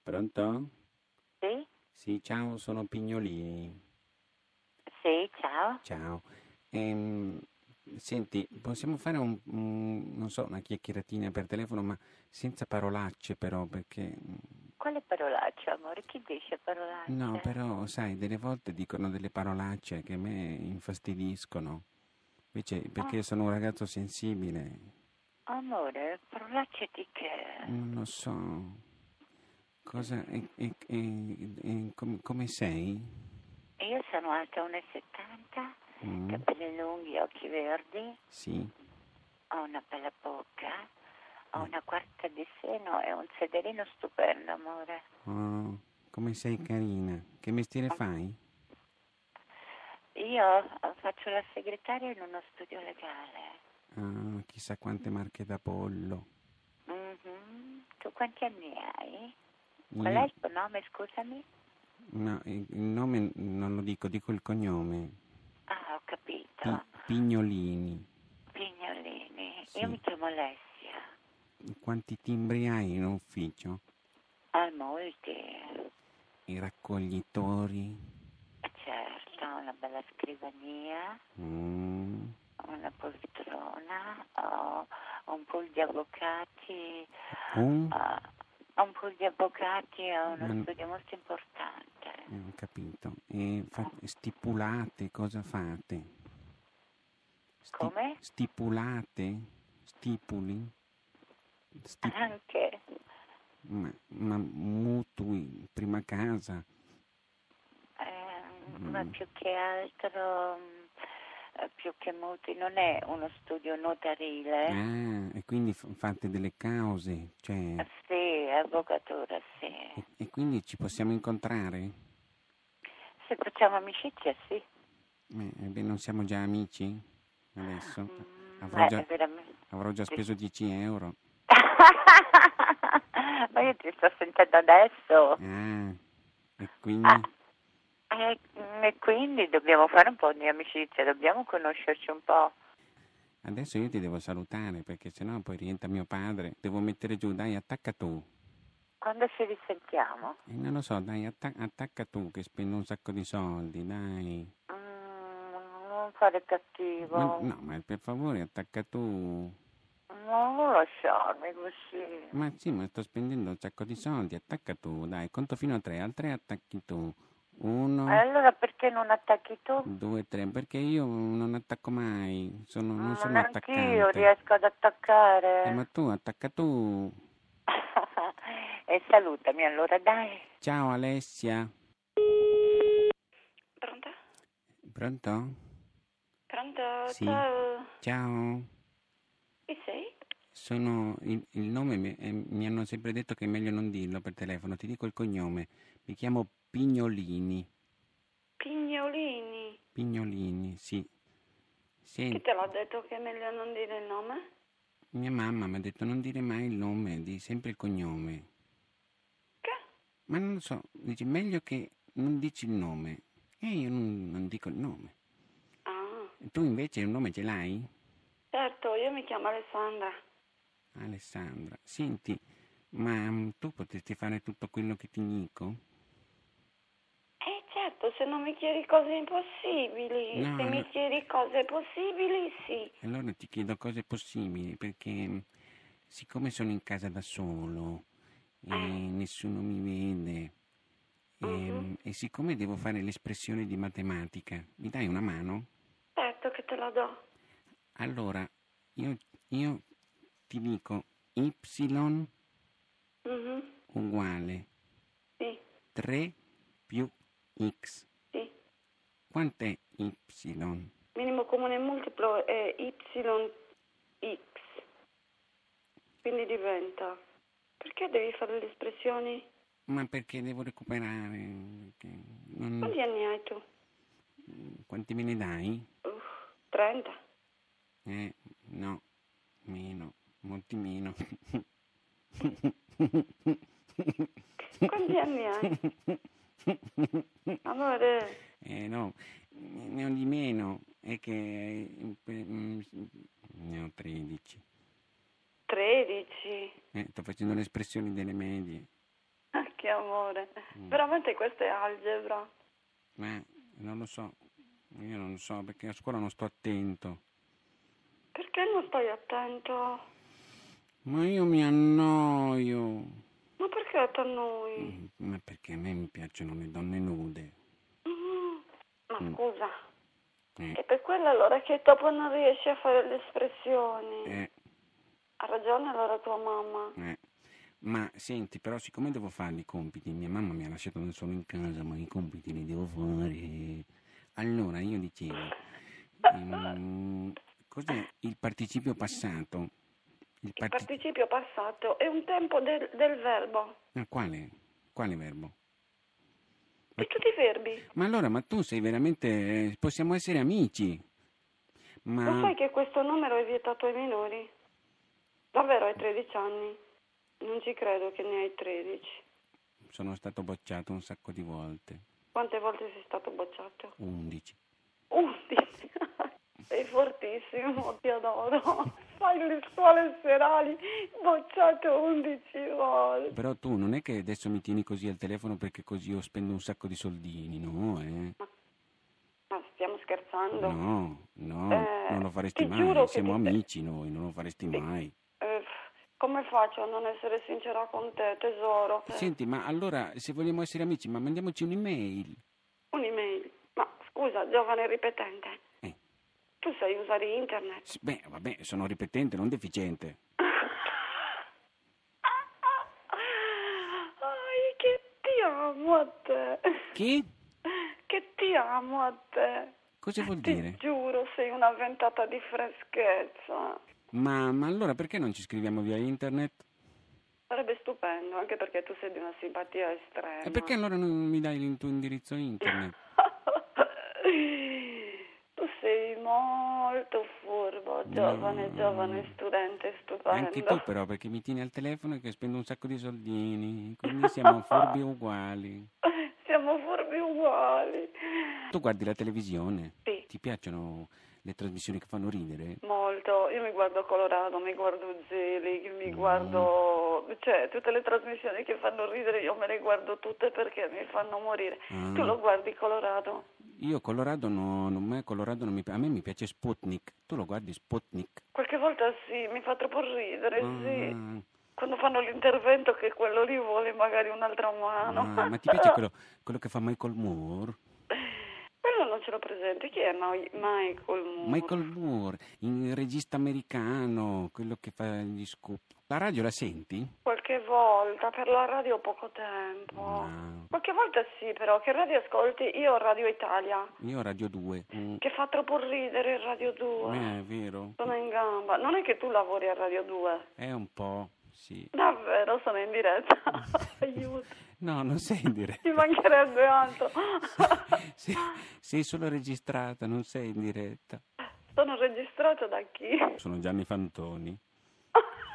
Pronto? Sì? Sì, ciao, sono Pignolini. Sì, ciao. Ciao. Ehm, Senti, possiamo fare non so, una chiacchieratina per telefono, ma senza parolacce però, perché... Quale parolaccia, amore? Chi dice No, parolacce? però, sai, delle volte dicono delle parolacce che a me infastidiscono. Invece, perché Oh, sono un ragazzo sensibile, amore, parolacce di che? non lo so. Cosa... come sei? Io sono alta 1,70, Mm, capelli lunghi, occhi verdi, sì. ho una bella bocca, ho Eh, una quarta di seno e un sederino stupendo, amore. oh, come sei carina. Che mestiere fai? Io faccio la segretaria in uno studio legale. Ah, chissà quante marche da pollo. Mhm. Tu quanti anni hai? Qual è Io, il tuo nome, scusami? no, il nome non lo dico, dico il cognome. Ah, ho capito. Pignolini. Pignolini, io Sì. mi chiamo Alessia. Quanti timbri hai in ufficio? Ah, molti. I raccoglitori? Certo, una bella scrivania, Mm, una poltrona, ho un pool di avvocati, un? ho un pool di avvocati e uno Ma, studio molto importante. ho capito. E stipulate, cosa fate? Come? Stipulate? Stipuli? Sti- Anche. ma mutui, prima casa? Ma Mm. più che altro, più che mutui, non è uno studio notarile. Ah, e quindi fate delle cause, cioè, Sì, avvocatura, sì. e quindi ci possiamo incontrare? Se facciamo amicizia, sì. Beh, non siamo già amici adesso? Avrò già, È veramente... avrò già sì. speso 10 euro. Ma io ti sto sentendo adesso. Ah, e Ah, quindi? e quindi dobbiamo fare un po' di amicizia, dobbiamo conoscerci un po'. Adesso io ti devo salutare perché sennò poi rientra mio padre. Devo mettere giù, dai, attacca tu. Quando ci risentiamo? E non lo so, dai, attacca tu che spendo un sacco di soldi, dai. Non fare Ma cattivo. no, ma per favore attacca tu. Non lasciarmi così. Ma sì, ma sto spendendo un sacco di soldi, attacca tu, dai, conto fino a tre, al tre attacchi tu. E Uno, allora perché non attacchi tu? due, tre, perché io non attacco mai, non Ma sono neanch'io attaccante. riesco ad Ma attaccare. tu attacca tu. E salutami allora, dai. Ciao Alessia. Pronto? Pronto? Pronto? Sì. Ciao. Ciao. Chi sei? Sono il nome mi hanno sempre detto che è meglio non dirlo per telefono, ti dico il cognome. Mi chiamo Pignolini. Pignolini. Pignolini, sì. Chi Senti, te l'ha detto che è meglio non dire il nome? mia mamma mi ha detto non dire mai il nome, di sempre il cognome. Che? Ma non lo so, dice meglio che non dici il nome. E io non dico il nome. Ah, E tu invece un nome ce l'hai? certo, io mi chiamo Alessandra. Alessandra. Senti, ma tu potresti fare tutto quello che ti dico? Certo, se non mi chiedi cose impossibili, se No, mi no. chiedi cose possibili, sì. Allora ti chiedo cose possibili, perché siccome sono in casa da solo e Eh, nessuno mi vede, mhm. e siccome devo fare l'espressione di matematica, mi dai una mano? Certo che te la do. Allora, io ti dico y Mhm. uguale Sì, 3 più x. sì. Quant'è y? Minimo comune multiplo è yx, quindi diventa. Perché devi fare le espressioni? Ma perché devo recuperare? Perché Quanti anni hai tu? quanti me ne dai? 30. No, meno, molti meno. Quanti anni hai? Amore, No, ne ho di meno, è che ne ho 13. 13. Sto facendo le espressioni delle medie. Ok. che amore. Veramente questa è algebra. Non lo so, io non so perché a scuola non sto attento. Perché non stai attento? Ma io mi annoio. Ma perché ti annoi? Ma perché a me mi piacciono le donne nude. Ma scusa, Eh, è per quello allora che dopo non riesci a fare le espressioni. eh, Ha ragione allora tua mamma. Ma senti, però siccome devo fare i compiti, mia mamma mi ha lasciato da solo in casa, ma i compiti li devo fare. Allora io dicevo, cos'è il participio passato? Il participio passato è un tempo del verbo. Quale? Quale verbo? Di tutti i verbi. Ma allora, ma tu sei veramente... possiamo essere amici. Lo sai che questo numero è vietato ai minori? Davvero hai 13 anni? Non ci credo che ne hai 13. Sono stato bocciato un sacco di volte. Quante volte sei stato bocciato? 11. 11? Sei fortissimo, ti adoro. Fai le scuole serali, bocciato 11 volte. Però tu non è che adesso mi tieni così al telefono perché così io spendo un sacco di soldini, no? Ma stiamo scherzando? No, non lo faresti ti mai. giuro Siamo che amici noi, non lo faresti mai. Come faccio a non essere sincera con te, tesoro? Senti, ma allora, se vogliamo essere amici, ma mandiamoci un'email. Un'email? Ma scusa, giovane ripetente. Tu sai usare internet? Beh, vabbè, sono ripetente, non deficiente. Che ti amo a te. Chi? Che ti amo a te. Cosa vuol dire? Ti giuro, sei una ventata di freschezza. Ma allora perché non ci scriviamo via internet? Sarebbe stupendo, anche perché tu sei di una simpatia estrema. E perché allora non mi dai il tuo indirizzo internet? Tu sei molto furbo, giovane studente stupendo. Anche tu però, perché mi tieni al telefono e che spendo un sacco di soldini, quindi siamo furbi uguali. Siamo furbi uguali. Tu guardi la televisione? Sì. Ti piacciono le trasmissioni che fanno ridere? Molto, io mi guardo Colorado, mi guardo Zelig, mi guardo, cioè tutte le trasmissioni che fanno ridere io me le guardo tutte perché mi fanno morire. Tu lo guardi Colorado? Io Colorado no, Colorado non mi piace, a me mi piace Sputnik, tu lo guardi Sputnik? Qualche volta sì, mi fa troppo ridere, sì. Quando fanno l'intervento che quello lì vuole magari un'altra mano. Ma ti piace quello che fa Michael Moore? Quello non ce l'ho presente. Chi è Michael Moore? Michael Moore, il regista americano, quello che fa gli scoop. La radio la senti? Qualche volta, per la radio ho poco tempo. Qualche volta sì, però. Che radio ascolti? Io ho Radio Italia. Io ho Radio 2. Che fa troppo ridere il Radio 2. È vero. Sono in gamba. Non è che tu lavori a Radio 2? È un po', sì. Davvero, sono in diretta. Aiuto. No, non sei in diretta. Ti mancherebbe altro. Sei solo registrata, non sei in diretta. Sono registrata da chi? Sono Gianni Fantoni.